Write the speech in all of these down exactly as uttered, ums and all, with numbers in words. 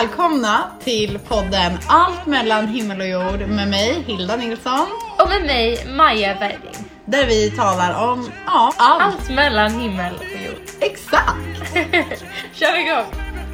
Välkomna till podden Allt mellan himmel och jord med mig, Hilda Nilsson. Och med mig, Maja Bergling. Där vi talar om ja, allt. allt mellan himmel och jord. Exakt. Kör vi igång.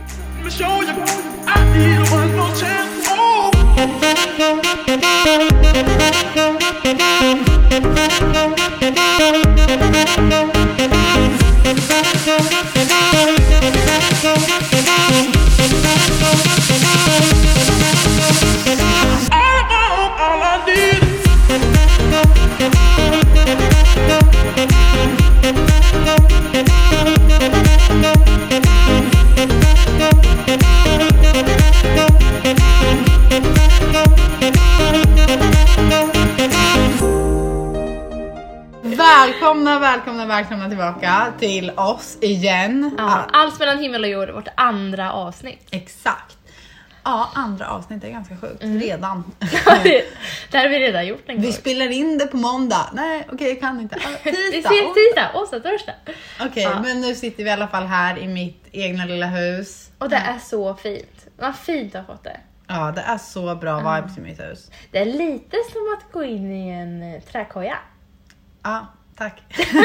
Välkomna, välkomna, välkomna tillbaka till oss igen. Ja, allt mellan himmel och jord, vårt andra avsnitt. Exakt. Ja, andra avsnitt är ganska sjukt. Mm. Redan. det, det har vi redan gjort en gång. Vi spelar in det på måndag. Nej, okej, okay, jag kan inte. Ah, tisdag. Vi ses tisdag, onsdag, torsdag. Okej, okay, ja. Men nu sitter vi i alla fall här i mitt egna lilla hus. Och det är så fint. Vad fint att ha fått det. Ja, det är så bra vibes mm. i mitt hus. Det är lite som att gå in i en träkoja. Ja, tack.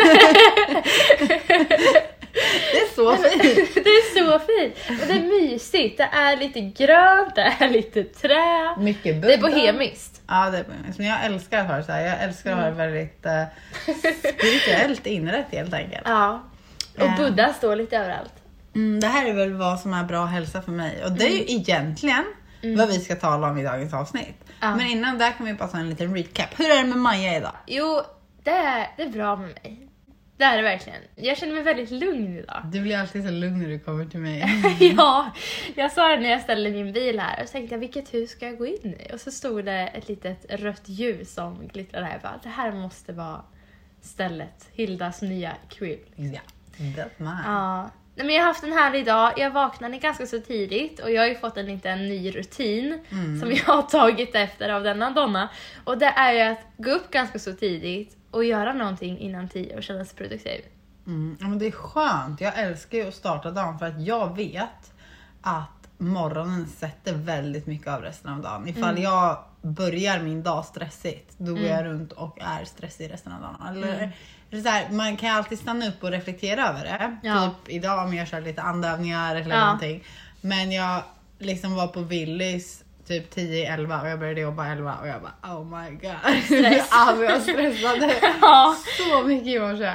Det är så fint. Det är så fint. Och det är mysigt. Det är lite grönt, det är lite trä. Mycket Buddha. Det är bohemiskt. Ja, det är bohemiskt. Men jag älskar att ha det så här. Jag älskar att ha det väldigt uh, spirituellt inrätt helt enkelt. Ja, och Buddha står lite överallt. Mm, det här är väl vad som är bra hälsa för mig. Och det är ju mm. egentligen mm. vad vi ska tala om i dagens avsnitt. Ja. Men innan där kan vi bara ta en liten recap. Hur är det med Maja idag? Jo, det är, det är bra med mig. Det är det verkligen. Jag känner mig väldigt lugn idag. Du blir alltid så lugn när du kommer till mig. Ja, jag sa det när jag ställde min bil här. Och så tänkte jag, vilket hus ska jag gå in i? Och så stod det ett litet rött ljus som glittrade här. Jag bara, det här måste vara stället. Hildas nya crib. Ja, that's mine. Ja. Men jag har haft en härlig dag. Jag vaknade ganska så tidigt. Och jag har ju fått en liten ny rutin. Mm. Som jag har tagit efter av denna donna. Och det är ju att gå upp ganska så tidigt. Och göra någonting innan tio och känna sig produktiv. Mm, men det är skönt. Jag älskar ju att starta dagen för att jag vet att morgonen sätter väldigt mycket av resten av dagen. Ifall mm. jag börjar min dag stressigt, då går mm. jag runt och är stressig resten av dagen. Eller, mm. det är så här, man kan alltid stanna upp och reflektera över det. Ja. Typ idag om jag kör lite andövningar eller ja. någonting. Men jag liksom var på Willys typ tio elva och jag började jobba elva och jag bara, oh my god. Stress. Alltså jag stressade ja. så mycket i morse.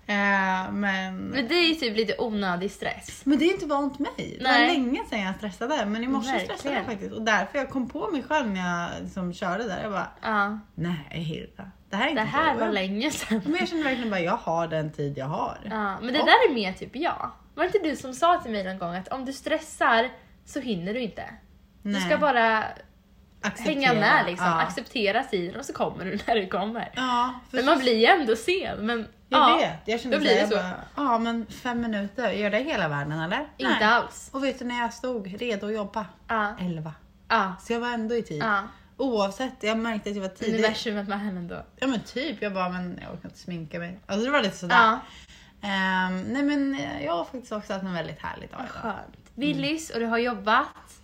Uh, men... men det är ju typ lite onödig stress. Men det är inte vant mig. Det var länge sedan jag stressade. Men i morse Verkligen. stressade jag faktiskt. Och därför jag kom på mig själv när jag liksom körde där. Jag bara, uh. nej Hilda. Det här är inte Det här så. var länge sedan. Men jag känner verkligen bara, jag har den tid jag har. Ja, men det och... där är mer typ jag. Var det inte du som sa till mig någon gång att om du stressar så hinner du inte. Nej. Du ska bara acceptera. Hänga med liksom. Ja. Acceptera tiden och så kommer du när du kommer. Ja, men man blir ju ändå sen. Men jag ja, vet. Jag känner blir det så. Bara, ja men fem minuter. Gör det hela världen eller? Inte Nej. alls. Och vet du när jag stod redo att jobba? Ja. elva. Ja. Så jag var ändå i tid. Ja. Oavsett, jag märkte att jag var tidig. Universumet med henne då. Ja men typ, jag bara, men jag orkar inte sminka mig. Alltså det var lite sådär. Ja. Um, nej men jag har faktiskt också haft en väldigt härlig dag idag. Skönt. Willys, och du har jobbat.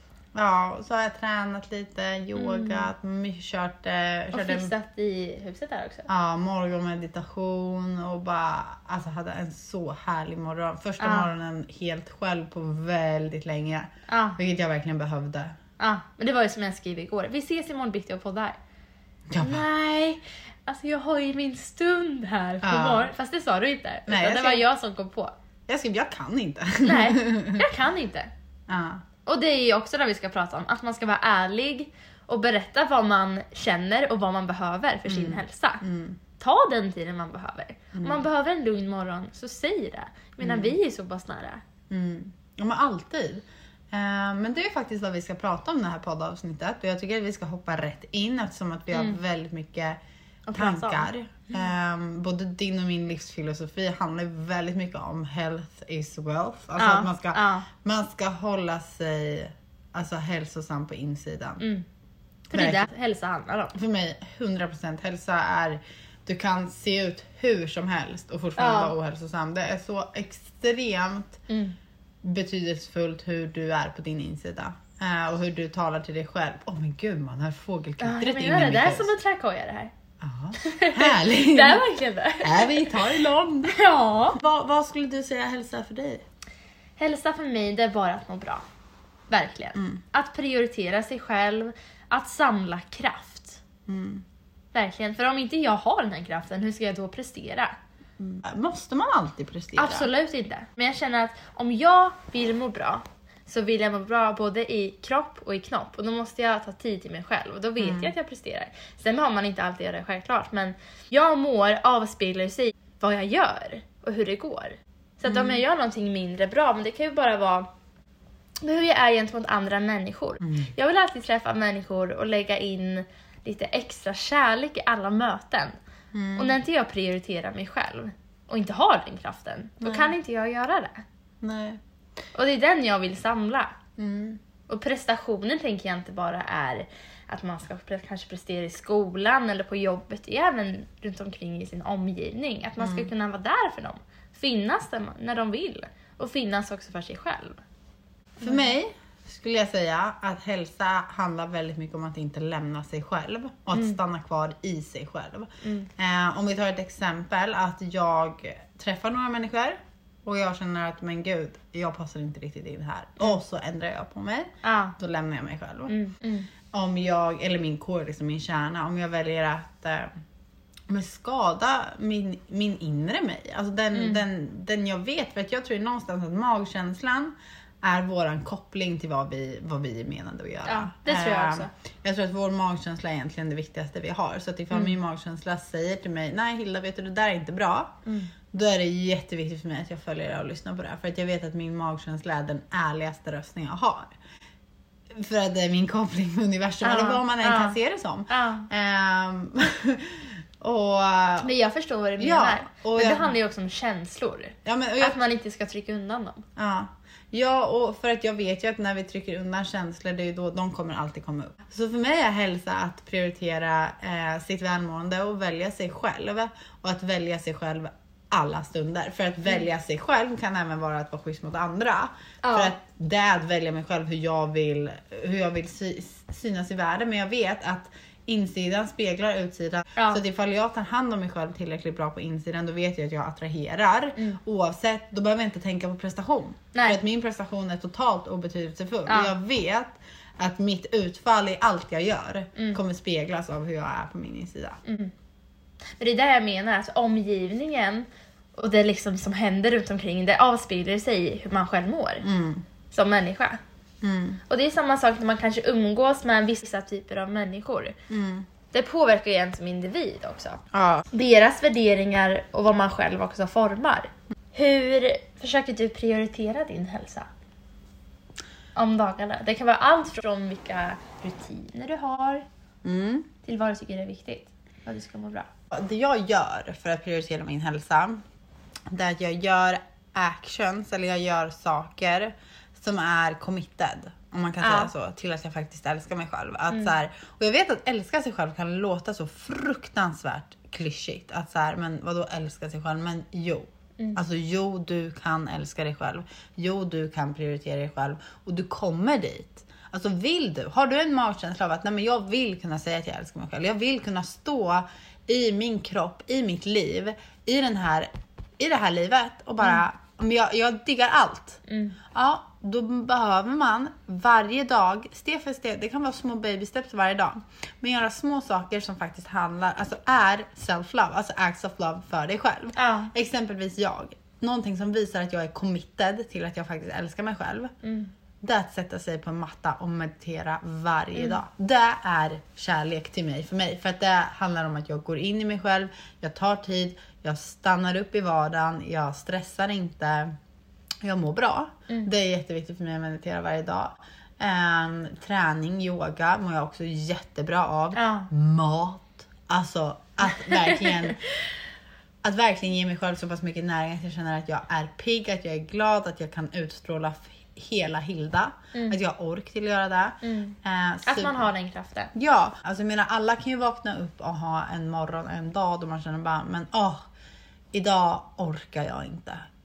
Ja, så har jag tränat lite, yogat, mm. kört, kört... Och fixat i huset där också. Ja, morgonmeditation och bara, alltså hade en så härlig morgon. Första ah. morgonen helt själv på väldigt länge. Ah. Vilket jag verkligen behövde. Ja, men det var ju som jag skrev igår. Vi ses imorgon bitti och poddar. Ja, Nej, alltså jag har ju min stund här på ah. morgon. Fast det sa du inte. Nej, det skrev... var jag som kom på. Jag skrev, jag kan inte. Nej, jag kan inte. Ja. Och det är ju också det vi ska prata om. Att man ska vara ärlig och berätta vad man känner och vad man behöver för sin mm. hälsa. Mm. Ta den tiden man behöver. Mm. Om man behöver en lugn morgon, så säg det. Men mm. vi är så pass nära. Mm. Ja, men alltid. Uh, men det är faktiskt vad vi ska prata om det här poddavsnittet. Och jag tycker att vi ska hoppa rätt in eftersom att vi mm. har väldigt mycket tankar. Mm. Um, både din och min livsfilosofi handlar väldigt mycket om health is wealth. Alltså ja, att man ska, ja. man ska hålla sig alltså, hälsosam på insidan. Mm. För det är det hälsa handlar om. För mig, hundra procent hälsa är... Du kan se ut hur som helst och fortfarande ja. vara ohälsosam. Det är så extremt mm. betydelsefullt hur du är på din insida. Uh, och hur du talar till dig själv. Åh oh, men gud, man har fågelkvittret ja, in i mitt. Det är som en trädkoja det här. Ja, härligt. Det är verkligen det. Är vi i Thailand? Ja. Vad, vad skulle du säga hälsa för dig? Hälsa för mig, det är bara att må bra. Verkligen. Mm. Att prioritera sig själv. Att samla kraft. Mm. Verkligen. För om inte jag har den här kraften, hur ska jag då prestera? Mm. Måste man alltid prestera? Absolut inte. Men jag känner att om jag vill må bra, så vill jag må bra både i kropp och i knopp. Och då måste jag ta tid till mig själv. Och då vet mm. jag att jag presterar. Sen har man inte alltid det självklart. Men jag mår avspeglar sig vad jag gör och hur det går. Så att mm. om jag gör någonting mindre bra, men det kan ju bara vara hur jag är gentemot andra människor. Mm. Jag vill alltid träffa människor och lägga in lite extra kärlek i alla möten. Mm. Och när inte jag prioriterar mig själv och inte har den kraften, Nej. Då kan inte jag göra det. Nej. Och det är den jag vill samla. Mm. Och prestationen tänker jag inte bara är att man ska kanske prestera i skolan eller på jobbet, även runt omkring i sin omgivning. Att man ska mm. kunna vara där för dem. Finnas där när de vill. Och finnas också för sig själv. För mig skulle jag säga att hälsa handlar väldigt mycket om att inte lämna sig själv. Och att mm. stanna kvar i sig själv. Mm. Eh, om vi tar ett exempel att jag träffar några människor. Och jag känner att, men gud, jag passar inte riktigt in här. Mm. Och så ändrar jag på mig. Ah. Då lämnar jag mig själv. Mm. Mm. Om jag, eller min core, liksom min kärna. Om jag väljer att eh, men skada min, min inre mig. Alltså den, mm. den, den jag vet. För att jag tror någonstans att magkänslan är våran koppling till vad vi, vad vi är menade att göra. Ja, det tror jag också. Uh, jag tror att vår magkänsla är egentligen det viktigaste vi har. Så att ifall mm. min magkänsla säger till mig, nej Hilda, vet du, det där är inte bra. Mm. Då är det jätteviktigt för mig att jag följer det och lyssnar på det. För att jag vet att min magkänsla är den ärligaste rösten jag har. För att det är min koppling med universum. Ja, eller vad man än ja. kan se det som. Ja. Um, och, men jag förstår vad du menar. Ja, och men det jag, handlar ju också om känslor. Ja, men, jag, att man inte ska trycka undan dem. Ja. Ja, och för att jag vet ju att när vi trycker undan känslor, det är ju då de kommer alltid komma upp. Så för mig är hälsa att prioritera eh, sitt välmående och välja sig själv. Och att välja sig själv alla stunder. För att välja sig själv kan även vara att vara schysst mot andra. Ja. För att det är att välja mig själv hur jag vill, hur jag vill sy- synas i världen. Men jag vet att insidan speglar utsidan. Ja. Så att ifall jag tar hand om mig själv tillräckligt bra på insidan, då vet jag att jag attraherar. Mm. Oavsett, då behöver jag inte tänka på prestation. Nej. För att min prestation är totalt obetydelsefull. Ja. Och jag vet att mitt utfall i allt jag gör mm. kommer speglas av hur jag är på min insida. Mm. Men det är där jag menar, att omgivningen och det liksom som händer runt omkring, det avspeglar sig i hur man själv mår. Mm. Som människa. Mm. Och det är samma sak när man kanske umgås med vissa typer av människor. Mm. Det påverkar ju en som individ också. Ja. Deras värderingar och vad man själv också formar. Hur försöker du prioritera din hälsa? Om dagarna. Det kan vara allt från vilka rutiner du har Mm. till vad du tycker är viktigt. Vad du ska må bra. Det jag gör för att prioritera min hälsa, det är att jag gör actions, eller jag gör saker som är committed, om man kan Ja. säga så, till att jag faktiskt älskar mig själv. Att Mm. så här, och jag vet att älska sig själv kan låta så fruktansvärt klyschigt. Att så här, men vadå älska sig själv? Men jo. Mm. Alltså jo, du kan älska dig själv. Jo, du kan prioritera dig själv. Och du kommer dit. Alltså vill du, har du en magkänsla av att nej, men jag vill kunna säga att jag älskar mig själv. Jag vill kunna stå i min kropp, i mitt liv, i, den här, i det här livet och bara, mm. jag, jag diggar allt. Mm. Ja, då behöver man varje dag, steg för steg, det kan vara små baby steps varje dag, men göra små saker som faktiskt handlar, alltså är self-love, alltså acts of love för dig själv. Ja. Exempelvis jag, någonting som visar att jag är committed till att jag faktiskt älskar mig själv. Mm. Det är att sätta sig på en matta och meditera varje Mm. dag. Det är kärlek till mig, för mig. För att det handlar om att jag går in i mig själv. Jag tar tid. Jag stannar upp i vardagen. Jag stressar inte. Jag mår bra. Mm. Det är jätteviktigt för mig att meditera varje dag. Um, träning, yoga mår jag också jättebra av. Ja. Mat. Alltså att verkligen... Att verkligen ge mig själv så pass mycket näring att jag känner att jag är pigg, att jag är glad, att jag kan utstråla hela Hilda. Mm. Att jag har ork till att göra det. Mm. Eh, Att super- man har den kraften. Ja, alltså jag menar, alla kan ju vakna upp och ha en morgon, en dag då man känner bara, men åh, idag orkar jag inte.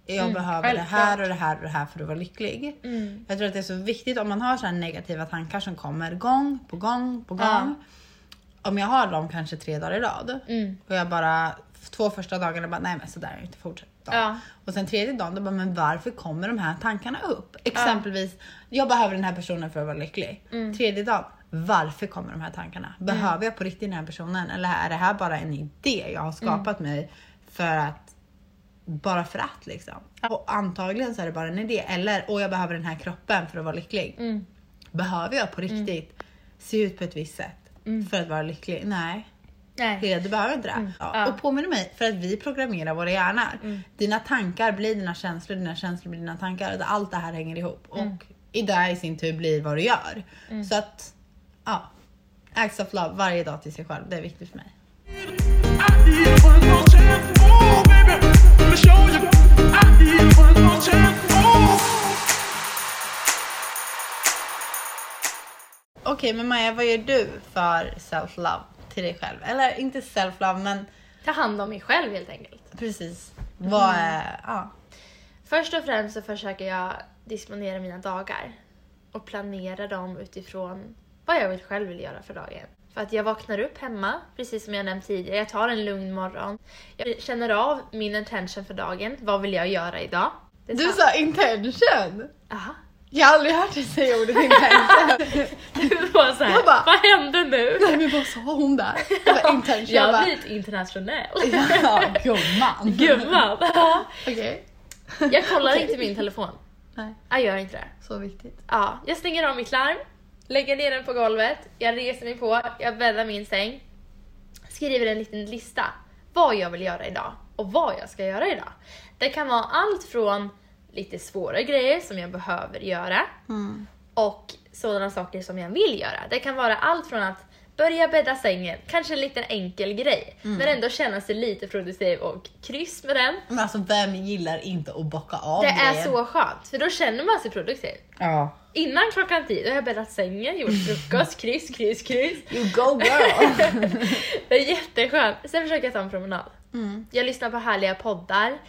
Jag Mm, behöver självklart. det här och det här och det här för att vara lycklig. Mm. Jag tror att det är så viktigt om man har så här negativa tankar som kommer gång på gång på gång. Ja. Om jag har dem kanske tre dagar i rad. Mm. Och jag bara, två första dagarna bara, nej men sådär är det inte, fortsätt. Ja. Och sen tredje dagen, då bara, men varför kommer de här tankarna upp? Exempelvis, jag behöver den här personen för att vara lycklig. Mm. Tredje dagen, varför kommer de här tankarna? Behöver Mm. jag på riktigt den här personen? Eller är det här bara en idé jag har skapat Mm. mig för att, bara för att liksom. Och antagligen så är det bara en idé. Eller, och jag behöver den här kroppen för att vara lycklig. Mm. Behöver jag på riktigt mm. se ut på ett visst sätt Mm. för att vara lycklig? Nej. Nej. Det, du behöver inte det. Mm. Ja. Ja. Och påminner mig, för att vi programmerar våra hjärnor. Mm. Dina tankar blir dina känslor, dina känslor blir dina tankar. Allt det här hänger ihop. Mm. Och i det i sin tur blir vad du gör. Mm. Så att, ja. Acts of love varje dag till sig själv. Det är viktigt för mig. Okej, men Maja, vad gör du för self-love till dig själv? Eller inte self-love, men Ta hand om mig själv helt enkelt. precis. Vad är, ja. Först och främst så försöker jag disponera mina dagar och planera dem utifrån vad jag vill själv vill göra för dagen. För att jag vaknar upp hemma, precis som jag nämnt tidigare. Jag tar en lugn morgon. Jag känner av min intention för dagen. Vad vill jag göra idag? Det är Du sant. sa intention. Aha. Jag har aldrig hört dig säga ordet intention. Du var så här, Jag bara- vad hände nu? Nej, men vad sa hon där? Jag bara, intention. Jag Jag har bara, blivit internationell. ja, gumman. Gumman. Ja. Okej. Jag kollar Okej. inte min telefon. Nej, Jag gör inte det. så viktigt. Ja, jag stänger av mitt larm, lägger ner den på golvet, jag reser mig på, jag bäddar min säng, skriver en liten lista vad jag vill göra idag och vad jag ska göra idag. Det kan vara allt från lite svåra grejer som jag behöver göra Mm. och sådana saker som jag vill göra. Det kan vara allt från att börja bädda sängen, kanske en liten enkel grej, Mm. men ändå känna sig lite produktiv och kryss med den. Men alltså, vem gillar inte att bocka av Det är grejer? så skönt, för då känner man sig produktiv. Ja. Innan klockan tio då har jag bäddat sängen, gjort frukost, kryss, kryss, kryss. You go girl. Det är jätteskönt. Sen försöker jag ta en promenad. Mm. Jag lyssnar på härliga poddar.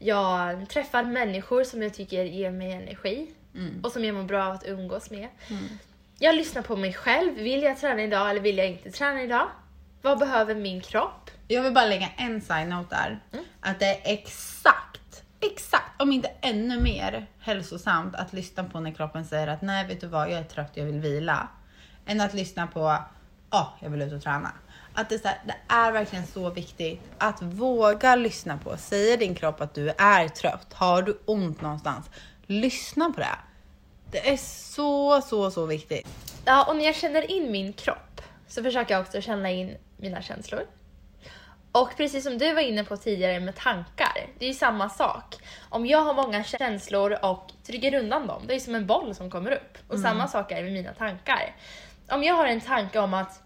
Jag träffar människor som jag tycker ger mig energi. Mm. Och som jag mår bra av att umgås med. Mm. Jag lyssnar på mig själv. Vill jag träna idag eller vill jag inte träna idag? Vad behöver min kropp? Jag vill bara lägga en side note där. Mm. Att det är exakt, exakt, om inte ännu mer hälsosamt att lyssna på när kroppen säger att nej, vet du vad, jag är trött, jag vill vila. Än att lyssna på, ja, oh, jag vill ut och träna. Att det är, så här, det är verkligen så viktigt att våga lyssna på. Säger din kropp att du är trött, har du ont någonstans, lyssna på det. Det är så, så, så viktigt. Ja, och när jag känner in min kropp så försöker jag också känna in mina känslor. Och precis som du var inne på tidigare med tankar, det är ju samma sak. Om jag har många känslor och trycker undan dem, det är som en boll som kommer upp. Och Mm. samma sak är med mina tankar. Om jag har en tanke om att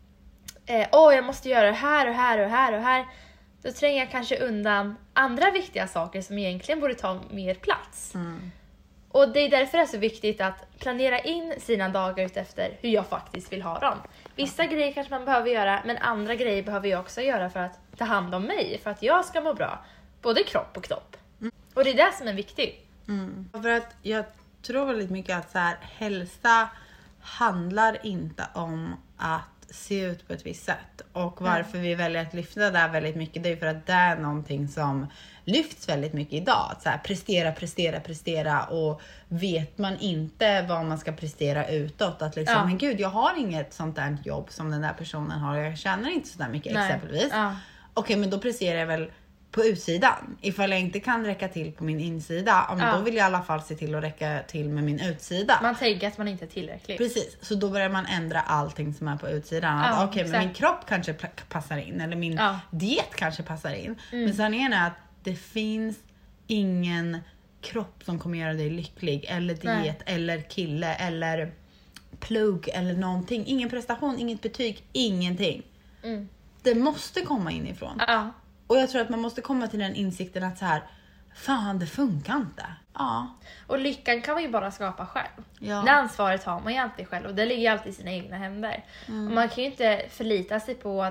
eh, åh, jag måste göra det här och här och här och här, då tränger jag kanske undan andra viktiga saker som egentligen borde ta mer plats. Mm. Och det är därför det är så viktigt att planera in sina dagar utefter hur jag faktiskt vill ha dem. Vissa grejer kanske man behöver göra, men andra grejer behöver jag också göra för att ta hand om mig, för att jag ska må bra. Både kropp och knopp. Mm. Och det är det som är viktigt. Mm. För att jag tror väldigt mycket att så här, hälsa handlar inte om att se ut på ett visst sätt. Och varför vi väljer att lyfta det där väldigt mycket, det är för att det är någonting som lyfts väldigt mycket idag. Att så här, prestera, prestera, prestera. Och vet man inte vad man ska prestera utåt. Att liksom, Ja. men gud, jag har inget sånt där jobb som den där personen har. Jag tjänar inte så där mycket Nej. exempelvis. Ja. Okej, men då presterar jag väl på utsidan. Ifall jag inte kan räcka till på min insida, ja, men Ja. då vill jag i alla fall se till att räcka till med min utsida. Man tänker att man inte är tillräcklig. Precis, så då börjar man ändra allting som är på utsidan. Ja, Att okej, men exakt. min kropp kanske pl- passar in, eller min Ja. diet kanske passar in. Mm. Men sanningen är att det finns ingen kropp som kommer göra dig lycklig, eller diet, Nej. eller kille, eller plugg, eller någonting. Ingen prestation, inget betyg, ingenting. Mm. Det måste komma inifrån. Ja. Och jag tror att man måste komma till den insikten att så här, fan, det funkar inte. Ja. Och lyckan kan man ju bara skapa själv. Ja. Det ansvaret har man ju alltid själv och det ligger alltid i sina egna händer. Mm. Och man kan ju inte förlita sig på att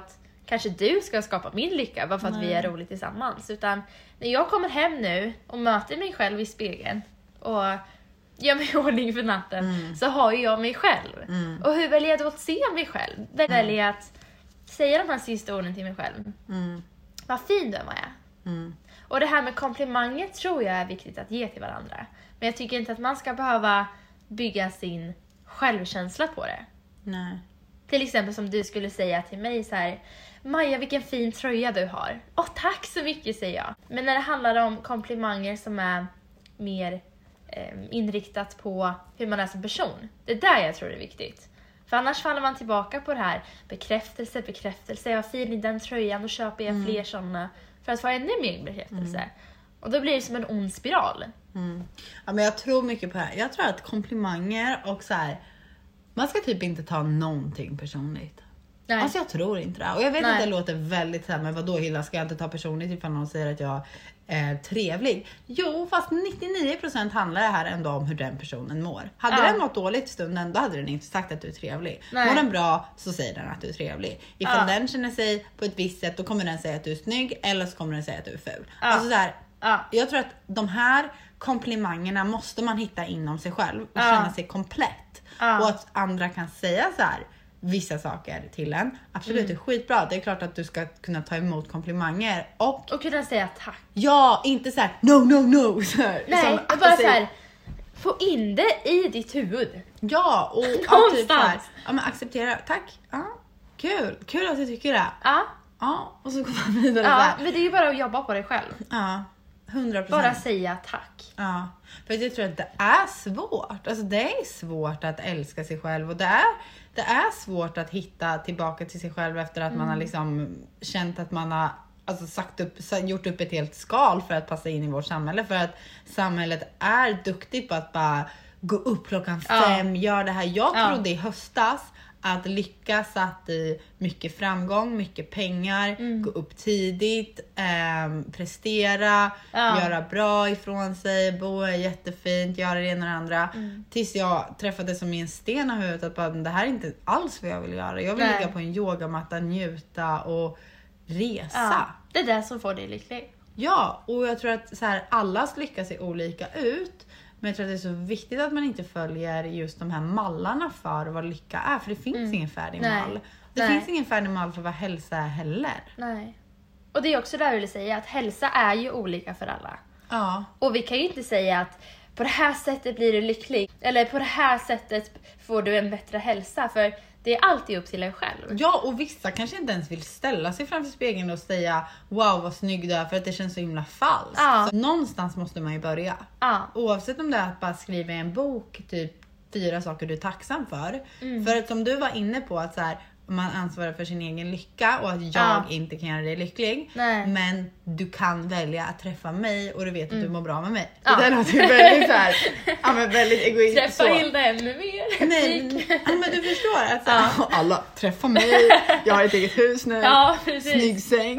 kanske du ska skapa min lycka bara för att Nej. vi är roliga tillsammans. Utan när jag kommer hem nu och möter mig själv i spegeln och gör mig i ordning för natten, mm. så har ju jag mig själv. Mm. Och hur väljer jag då att se mig själv? Där mm. väljer jag att säga de här sista orden till mig själv. Mm. Vad fin du är, Maja. Mm. Och det här med komplimanger tror jag är viktigt att ge till varandra. Men jag tycker inte att man ska behöva bygga sin självkänsla på det. Nej. Till exempel som du skulle säga till mig så här: Maja, vilken fin tröja du har. Åh, tack så mycket, säger jag. Men när det handlar om komplimanger som är mer eh, inriktat på hur man är som person, det är där jag tror det är viktigt. För annars faller man tillbaka på det här bekräftelse, bekräftelse. Jag har fin i den tröjan och köper jag mm. fler sådana för att få ännu mer bekräftelse. Mm. Och då blir det som en ond spiral. Mm. Ja, men jag tror mycket på det här. Jag tror att komplimanger och så här, man ska typ inte ta någonting personligt. Nej. Alltså jag tror inte det. Och jag vet Nej. att det låter väldigt så här, men vadå Hilla, ska jag inte ta personligt ifall någon säger att jag är trevlig? Jo, fast nittionio procent handlar det här ändå om hur den personen mår. Hade ja. den mått dåligt i stunden, då hade den inte sagt att du är trevlig. Nej. Mår den bra, så säger den att du är trevlig. Ifall ja. den känner sig på ett visst sätt, då kommer den säga att du är snygg, eller så kommer den säga att du är ful. Ja. Alltså så här, ja. jag tror att de här komplimangerna måste man hitta inom sig själv och ja. känna sig komplett. Ja. Och att andra kan säga så här vissa saker till en. Absolut, mm. det är skitbra. Det är klart att du ska kunna ta emot komplimanger. Och, och kunna säga tack. Ja, inte så här no, no, no. Så här, Nej, bara säger, så här, få in det i ditt huvud. Ja, och ja, typ så här, ja, men acceptera. Tack. Ja, kul. Kul att du tycker det. Ja. Ja, och så går man vidare. Ja, men det är ju bara att jobba på dig själv. Ja. hundra procent. Bara säga tack. Ja, för jag tror att det är svårt. Alltså det är svårt att älska sig själv. Och det är, det är svårt att hitta tillbaka till sig själv efter att mm. man har liksom känt att man har alltså sagt upp, gjort upp ett helt skal för att passa in i vårt samhälle. För att samhället är duktigt på att bara gå upp klockan fem, ja. gör det här. Jag ja. trodde i höstas att lyckas satt i mycket framgång, mycket pengar, mm. gå upp tidigt, eh, prestera, ja. göra bra ifrån sig, bo jättefint, göra det ena och det andra. Mm. Tills jag träffade som i en sten av huvudet att bara, det här är inte alls vad jag vill göra. Jag vill Nej. ligga på en yogamatta, njuta och resa. Ja, det är det som får dig lycklig. Ja, och jag tror att så här, allas lycka ser olika ut. Men jag tror att det är så viktigt att man inte följer just de här mallarna för vad lycka är. För det finns mm. ingen färdig Nej. mall. Det Nej. finns ingen färdig mall för vad hälsa är heller. Nej. Och det är också där jag vill säga att hälsa är ju olika för alla. Ja. Och vi kan ju inte säga att på det här sättet blir du lycklig. Eller på det här sättet får du en bättre hälsa. För det är alltid upp till en själv. Ja, och vissa kanske inte ens vill ställa sig framför spegeln och säga wow vad snygg du är, för att det känns så himla falskt. Ja. Så någonstans måste man ju börja. Ja. Oavsett om det är att bara skriva i en bok typ fyra saker du är tacksam för. Mm. För att som du var inne på att så här, man ansvarar för sin egen lycka och att jag ja. inte kan göra dig lycklig. Nej. Men du kan välja att träffa mig och du vet mm. att du mår bra med mig. Ja. Det låter ju väldigt så här, ja, men väldigt egoistiskt. Träffa Hilda ännu mer. Nej, ja, men du förstår att så här, ja. alla träffa mig. Jag har ett eget hus nu. Ja, precis. Snygg säng.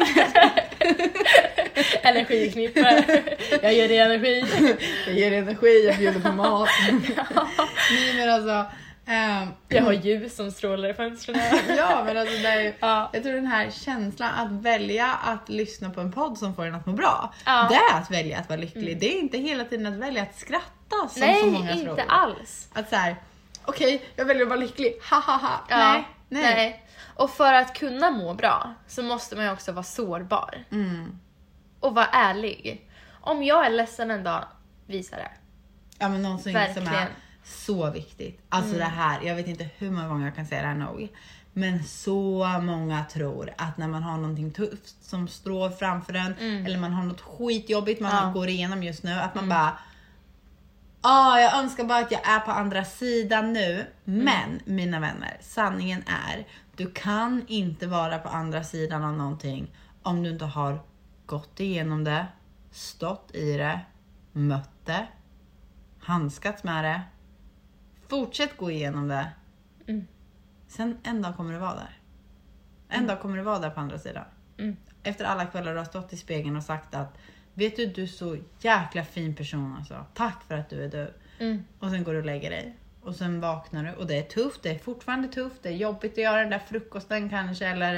Energiknippe. Jag ger dig energi. Jag ger dig energi, jag bjuder på mat. Ja. Nej, men alltså Um, jag har ljus som strålar i fönstren. Ja, men alltså det är ju, ja. jag tror den här känslan att välja att lyssna på en podd som får en att må bra, ja. det är att välja att vara lycklig. Mm. Det är inte hela tiden att välja att skratta som nej, så många tror. Nej, inte alls. Att så här, okej, okay, jag väljer att vara lycklig. Ha ha ha. Ja. Nej, nej. nej. Och för att kunna må bra så måste man ju också vara sårbar. Mm. Och vara ärlig. Om jag är ledsen en dag, visa det. Ja, men någonting som är så viktigt. Alltså mm. det här, jag vet inte hur många gånger jag kan säga det här nog. Men så många tror att när man har någonting tufft som står framför en. Mm. Eller man har något skitjobbigt man ja. går igenom just nu. Att man mm. bara, ah, jag önskar bara att jag är på andra sidan nu. Mm. Men mina vänner, sanningen är, du kan inte vara på andra sidan av någonting om du inte har gått igenom det, stått i det, mött det, handskats med det. Fortsätt gå igenom det. Mm. Sen en dag kommer det vara där. En mm. dag kommer det vara där på andra sidan. Mm. Efter alla kvällar du har stått i spegeln och sagt att vet du, du är så jäkla fin person alltså. Tack för att du är du. Mm. Och sen går du och lägger dig. Och sen vaknar du. Och det är tufft. Det är fortfarande tufft. Det är jobbigt att göra den där frukosten kanske. Eller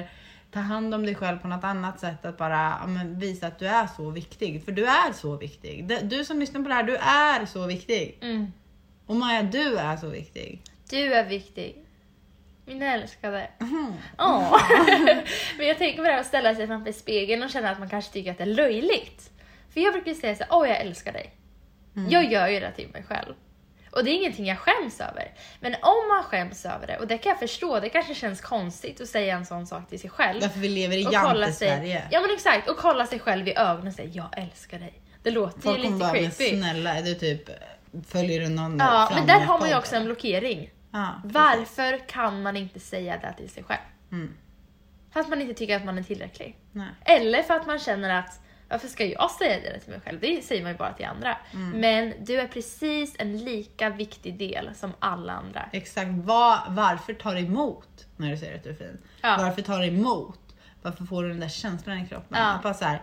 ta hand om dig själv på något annat sätt. Att bara ja, men visa att du är så viktig. För du är så viktig. Du som lyssnar på det här, du är så viktig. Mm. Och Maja, du är så viktig. Du är viktig. Min älskade. Mm. Åh. Men jag tänker på det här att ställa sig framför spegeln och känna att man kanske tycker att det är löjligt. För jag brukar säga så här, åh jag älskar dig. Mm. Jag gör ju det till mig själv. Och det är ingenting jag skäms över. Men om man skäms över det, och det kan jag förstå, det kanske känns konstigt att säga en sån sak till sig själv. Därför vi lever i jante-Sverige. Ja men exakt, och kolla sig själv i ögonen och säga, jag älskar dig. Det låter folk ju lite bara, creepy. Snälla, är du typ, följer du någon? Ja, men där har man ju också en blockering. Ja, varför kan man inte säga det till sig själv? Mm. Fast man inte tycker att man är tillräcklig. Nej. Eller för att man känner att varför ska jag säga det till mig själv? Det säger man ju bara till andra. Mm. Men du är precis en lika viktig del som alla andra. Exakt. Var, varför tar du emot när du säger att du är fin? Ja. Varför tar du emot? Varför får du den där känslan i kroppen? Ja. Bara så här.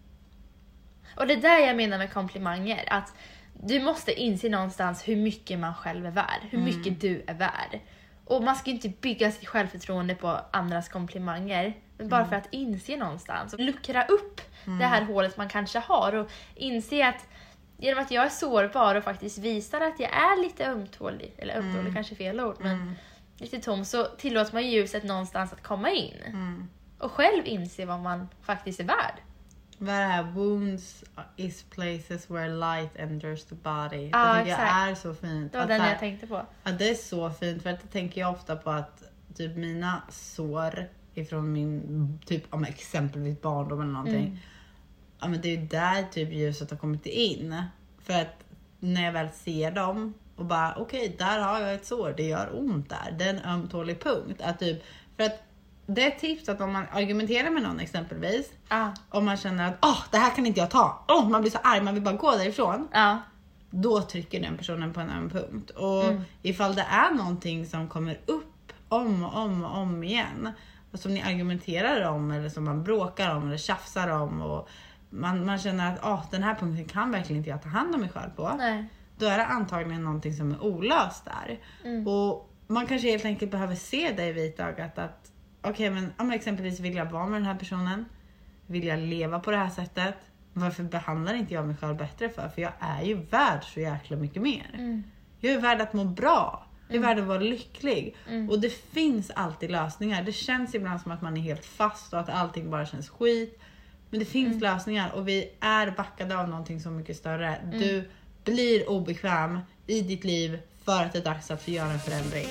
Och det är där jag menar med komplimanger. Att du måste inse någonstans hur mycket man själv är värd. Hur mycket mm. du är värd. Och man ska inte bygga sitt självförtroende på andras komplimanger. Men bara mm. för att inse någonstans. Och luckra upp mm. det här hålet man kanske har. Och inse att genom att jag är sårbar och faktiskt visar att jag är lite ömtålig. Eller ömtålig mm. kanske är fel ord. Men mm. lite tom. Så tillåter man ljuset någonstans att komma in. Mm. Och själv inse vad man faktiskt är värd. Vad är det här? Wounds is places where light enters the body. Ah, det tycker jag är så fint. Det var att den här, jag tänkte på. Ja, det är så fint. För att det tänker jag ofta på att typ mina sår ifrån min typ om exempelvis barndom eller någonting. Mm. Ja, men det är ju där typ ljuset har kommit in. För att när jag väl ser dem och bara okej, okay, där har jag ett sår. Det gör ont där. Det är en ömtålig punkt. Att typ, för att det är ett tips att om man argumenterar med någon exempelvis. Ah. Om man känner att åh, det här kan inte jag ta. Åh, man blir så arg, man vill bara gå därifrån. Ah. Då trycker den personen på en annan punkt. Och mm. ifall det är någonting som kommer upp om och om och om igen. Och som ni argumenterar om eller som man bråkar om eller tjafsar om. Och man, man känner att åh, den här punkten kan verkligen inte jag ta hand om mig själv på. Nej. Då är det antagligen någonting som är olöst där. Mm. Och man kanske helt enkelt behöver se det i vitögat att okej, okay, men om exempelvis vill jag vara med den här personen. Vill jag leva på det här sättet? Varför behandlar inte jag mig själv bättre för? För jag är ju värd så jäkla mycket mer. Mm. Jag är värd att må bra. Jag är mm. värd att vara lycklig. Mm. Och det finns alltid lösningar. Det känns ibland som att man är helt fast och att allting bara känns skit. Men det finns mm. lösningar och vi är backade av någonting så mycket större. Mm. Du blir obekväm i ditt liv för att det är dags att få göra en förändring.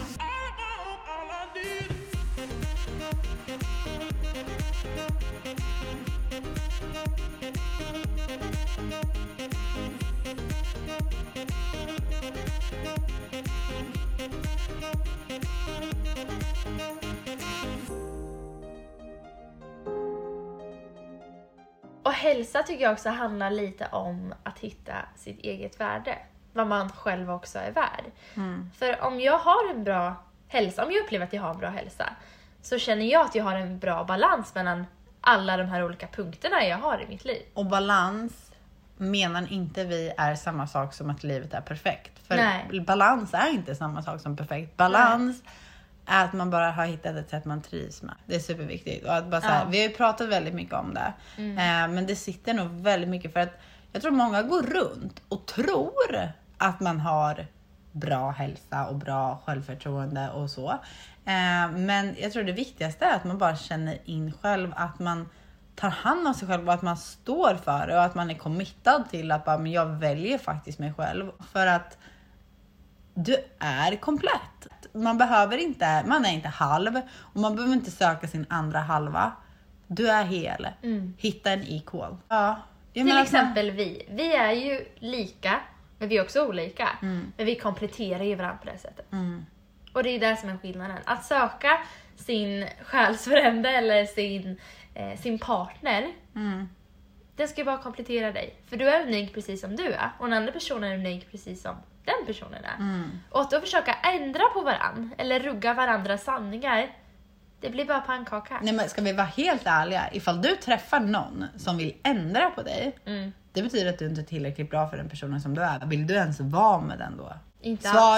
Och hälsa tycker jag också handlar lite om att hitta sitt eget värde. Vad man själv också är värd. Mm. För om jag har en bra hälsa, om jag upplever att jag har en bra hälsa, så känner jag att jag har en bra balans mellan alla de här olika punkterna jag har i mitt liv. Och balans menar inte vi är samma sak som att livet är perfekt. För Nej. balans är inte samma sak som perfekt. Balans Nej. är att man bara har hittat ett sätt man trivs med. Det är superviktigt. Och att bara så här, ja. Vi har ju pratat väldigt mycket om det. Mm. Eh, men det sitter nog väldigt mycket för att jag tror många går runt och tror att man har bra hälsa och bra självförtroende och så. Eh, men jag tror det viktigaste är att man bara känner in själv att man tar hand om sig själv och att man står för det och att man är committad till att bara, men jag väljer faktiskt mig själv. För att du är komplett. Man behöver inte, man är inte halv och man behöver inte söka sin andra halva. Du är hel. Mm. Hitta en equal. Ja. Till exempel man... vi. Vi är ju lika, men vi är också olika. Mm. Men vi kompletterar ju varandra på det sättet. Mm. Och det är det som är skillnaden. Att söka sin själsfrände eller sin, eh, sin partner. Mm. Den ska ju bara komplettera dig. För du är unik precis som du är. Och den andra personen är unik precis som den personen är. Mm. Och att då försöka ändra på varann. Eller rugga varandras sanningar. Det blir bara pannkaka. Nej, men ska vi vara helt ärliga. Ifall du träffar någon som vill ändra på dig. Mm. Det betyder att du inte är tillräckligt bra för den personen som du är. Vill du ens vara med den då? Inte Svar alls.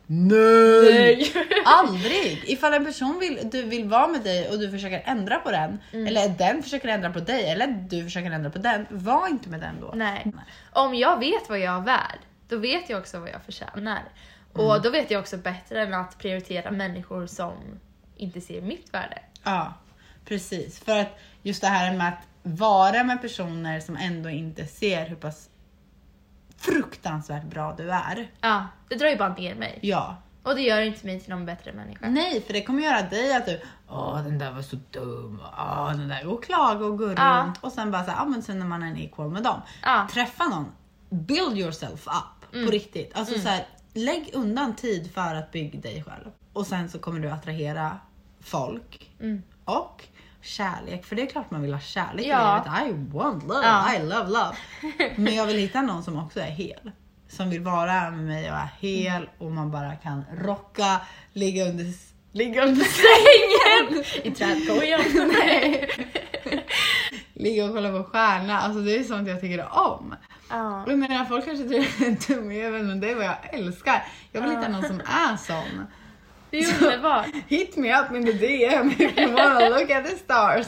Nej! Nej. Aldrig! Ifall en person vill, du vill vara med dig och du försöker ändra på den, Mm. eller den försöker ändra på dig, eller du försöker ändra på den, var inte med den då. Nej. Om jag vet vad jag är värd, då vet jag också vad jag förtjänar. Mm. Och då vet jag också bättre än att prioritera människor som inte ser mitt värde. Ja, precis. För att just det här med att vara med personer som ändå inte ser hur pass fruktansvärt bra du är. Ja, det drar ju bara ner mig. Ja. Och det gör inte mig till någon bättre människa. Nej, för det kommer göra dig att du, åh den där var så dum, åh den där, och klaga och gå Ja. runt. Och sen bara så här, ja men sen när man är equal med dem. Ja. Träffa någon, build yourself up Mm. på riktigt. Alltså Mm. så här, lägg undan tid för att bygga dig själv. Och sen så kommer du attrahera folk Mm. och kärlek. För det är klart man vill ha kärlek Ja. i livet. I want love, Ja. I love love. Men jag vill hitta någon som också är hel. Som vill vara med mig och är hel. Och man bara kan rocka, ligga under, ligga under sängen. I trädkojan. Nej. Ligga och kolla på stjärna. Alltså det är sånt jag tycker om. Ja. Jag menar, folk kanske tycker att jag är dum i huvudet, men det är vad jag älskar. Jag vill Ja. hitta någon som är sån. Det är underbart. Hit me up in the D M if you wanna look at the stars.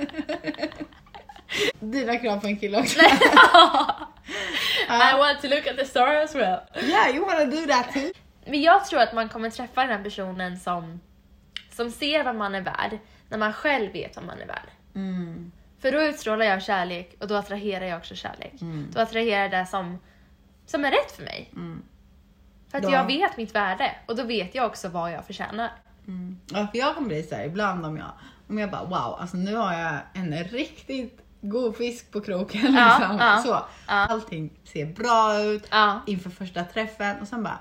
Dina krav på en kille också. I want to look at the stars as well. Yeah, you wanna do that too. Men jag tror att man kommer träffa den här personen som, som ser vad man är värd när man själv vet vad man är värd. Mm. För då utstrålar jag kärlek och då attraherar jag också kärlek. Mm. Då attraherar jag det som, som är rätt för mig. Mm. För att Ja. jag vet mitt värde och då vet jag också vad jag förtjänar. Mm. Ja, för jag kan bli så här ibland om jag, om jag bara wow, alltså nu har jag en riktigt god fisk på kroken. Ja, Liksom. ja, Så. ja. Allting ser bra ut Ja. inför första träffen och sen bara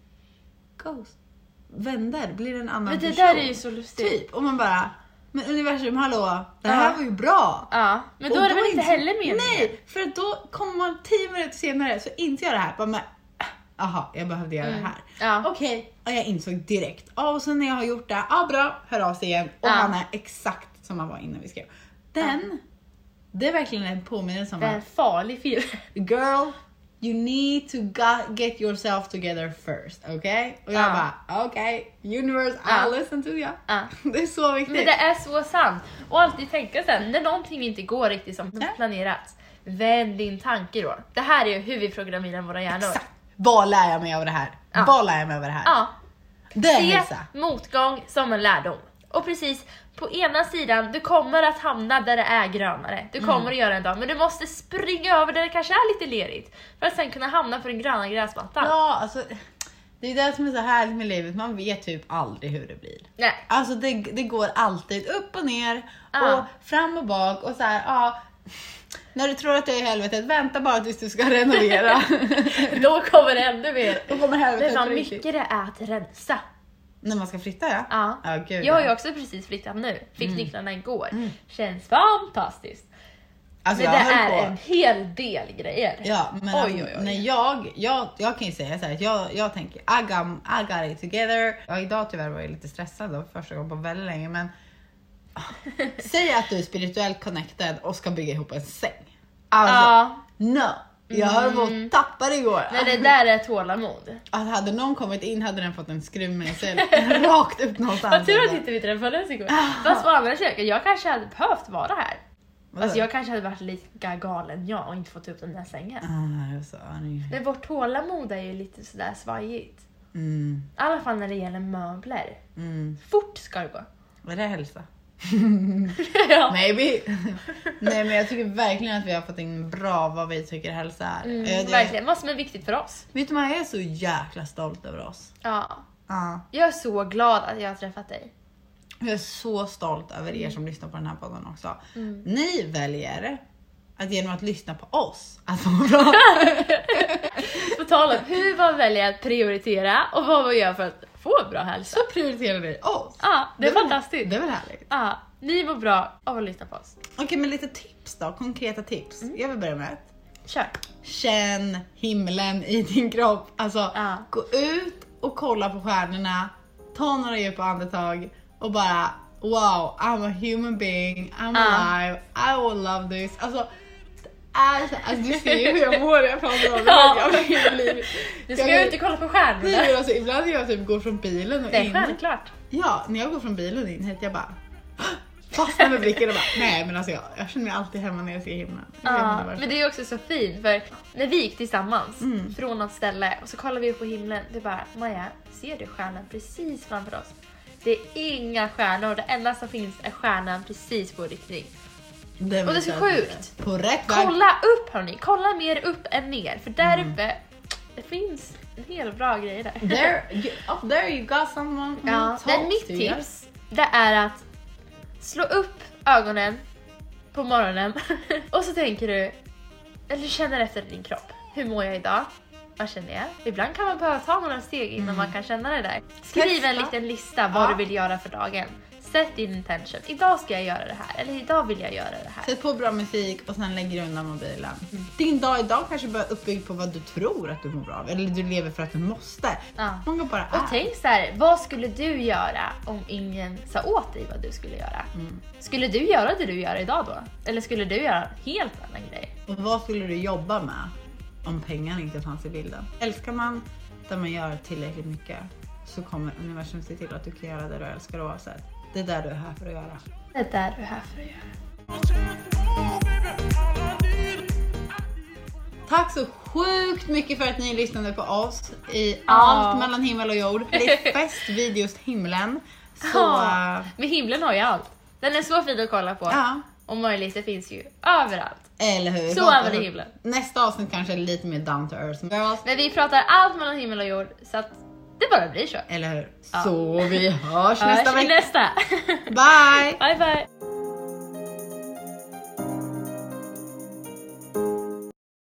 ghost. Vänder, blir en annan Men det person. där är ju så lustigt. Typ. Och man bara, men universum, hallå, det här Ja. var ju bra. Ja, men då Och är det väl inte inser- heller meningen? Nej, för då kommer man tio minuter senare så inser jag det här. Bara, men, aha, jag behövde göra Mm. det här. Ja. Okej, och jag insåg direkt. Ja, och sen när jag har gjort det, ja ah, bra, hör av sig igen. Och Ja. han är exakt som han var innan vi skrev. Den, det är verkligen en påminnelse om Det är en att farlig film. girl, you need to go- get yourself together first, okej? Okay? Och jag Ja. bara, okej, okay, universe, Ja. I'll listen to you. Ja. Det är så viktigt. Men det är så sant. Och alltid tänka sen, när någonting inte går riktigt som Ja. planerat, vänd din tanke då. Det här är ju hur vi programmerar våra hjärnor. Exakt. Vad lär jag mig av det här? Ja. Vad lär jag mig av det här? Ja, Det är se hälsa. motgång som en lärdom. Och precis, på ena sidan, du kommer att hamna där det är grönare. Du kommer Mm. att göra en dag, men du måste springa över där det kanske är lite lerigt. För att sen kunna hamna på den gröna gräsmattan. Ja, alltså det är det som är så härligt med livet. Man vet typ aldrig hur det blir. Nej. Alltså det, det går alltid upp och ner Ja. och fram och bak och så här, ja. När du tror att det är helvetet, vänta bara tills du ska renovera. Då kommer det ännu mer. Då kommer Men helvetet vad på riktigt. mycket det är att rensa. När man ska flytta, ja. Ja. Ja, gud, Jag har ju ja. också precis flyttat nu. Fick nycklarna igår. Mm. Känns fantastiskt. Alltså, Men jag det höll är på. en hel del grejer. Ja, men Oj, alltså, oj, oj. när jag, jag, jag kan ju säga så här, att jag, jag tänker, I got, I got it together. Ja, idag tyvärr var jag lite stressad då, första gången på väldigt länge, men ah, säg att du är spirituellt connected och ska bygga ihop en säng. Alltså, Ja. no. Jag höll på att tappa det igår. Men det där är tålamod. Att hade någon kommit in hade den fått en skruvmejsel rakt upp någonstans. Vad tur att inte vi träffades igår. Fast på andra köket, jag kanske hade behövt vara här. Alltså jag kanske hade varit lika galen jag och inte fått upp den där sängen. Ah, jag är så arg. Men vårt tålamod är ju lite sådär svajigt. Mm, I alla fall när det gäller möbler. mm. Fort ska det gå. Är det hälsa? Ja. Maybe. Nej, men jag tycker verkligen att vi har fått in bra vad vi tycker hälsa är. Mm, Eh, det- verkligen, vad som är viktigt för oss. Vet du vad, jag är så jäkla stolt över oss. Ja. Ja. Jag är så glad att jag har träffat dig. Jag är så stolt över er som lyssnar på den här podden också. Mm. Ni väljer att genom att lyssna på oss att må bra. På tal om hur man väljer att prioritera och vad man gör för att få bra hälsa. Så prioriterar ni oss. Ja, det är väl- fantastiskt. Det är väl härligt. Ja, ni mår bra av att lyssna på oss. Okej, men lite tips då. Konkreta tips. Mm. Jag vill börja med ett. Kör. Känn himlen i din kropp. Alltså, Ja. gå ut och kolla på stjärnorna. Ta några djupa andetag och bara wow, I'm a human being, I'm Ja. alive, I will love this. Alltså, det Alltså, alltså du ser ju hur jag mår jag pratar om det. Ja. Jag blir, du ska jag, ut och kolla på stjärnorna. Nej, alltså, ibland när jag typ går från bilen och in. Det är in, självklart. Ja, när jag går från bilen in hit, jag bara fastnar med blicken och bara, nej men alltså jag, jag känner mig alltid hemma när jag ser himlen. Ja, men det är också så fint för när vi gick tillsammans mm. från något ställe och så kollar vi upp på himlen, det bara, Maja, ser du stjärnan precis framför oss? Det är inga stjärnor, det enda som finns är stjärnan precis på riktning. Det och det är så sjukt. På rätt väg. Kolla upp hörni, kolla mer upp än ner. För där mm. uppe, det finns en hel bra grej där. There, you, up there you got someone. Ja, det är mitt tips. Det är att slå upp ögonen på morgonen. Och så tänker du, eller du känner efter din kropp. Hur mår jag idag? Vad känner jag? Ibland kan man behöva ta några steg innan mm. man kan känna det där. Skriv Testa. en liten lista vad ja. du vill göra för dagen. Sätt din intention. Idag ska jag göra det här. Eller idag vill jag göra det här. Sätt på bra musik och sen lägger du undan mobilen. Mm. Din dag idag kanske bara uppbyggd på vad du tror att du mår bra av. Eller du lever för att du måste. Ja. Många bara är. Och tänk så här, vad skulle du göra om ingen sa åt dig vad du skulle göra? Mm. Skulle du göra det du gör idag då? Eller skulle du göra helt annan grej? Och vad skulle du jobba med om pengarna inte fanns i bilden? Älskar man där man gör tillräckligt mycket så kommer universum se till att du kan göra det du älskar oavsett. Det är där du är här för att göra. Det är där du är här för att göra. Tack så sjukt mycket för att ni lyssnade på oss i oh. allt mellan himmel och jord. Det är fest vid just himlen. Så... Oh. Men himlen har ju allt. Den är så fin att kolla på. Ja. Och möjligheter finns ju överallt. Eller hur? Så även i himlen. Nästa avsnitt kanske är lite mer down to earth. Men vi pratar allt mellan himmel och jord. Så att det bara blir så. Eller hur? Ja. Så vi hörs hörs nästa vecka. nästa. Bye! Bye bye!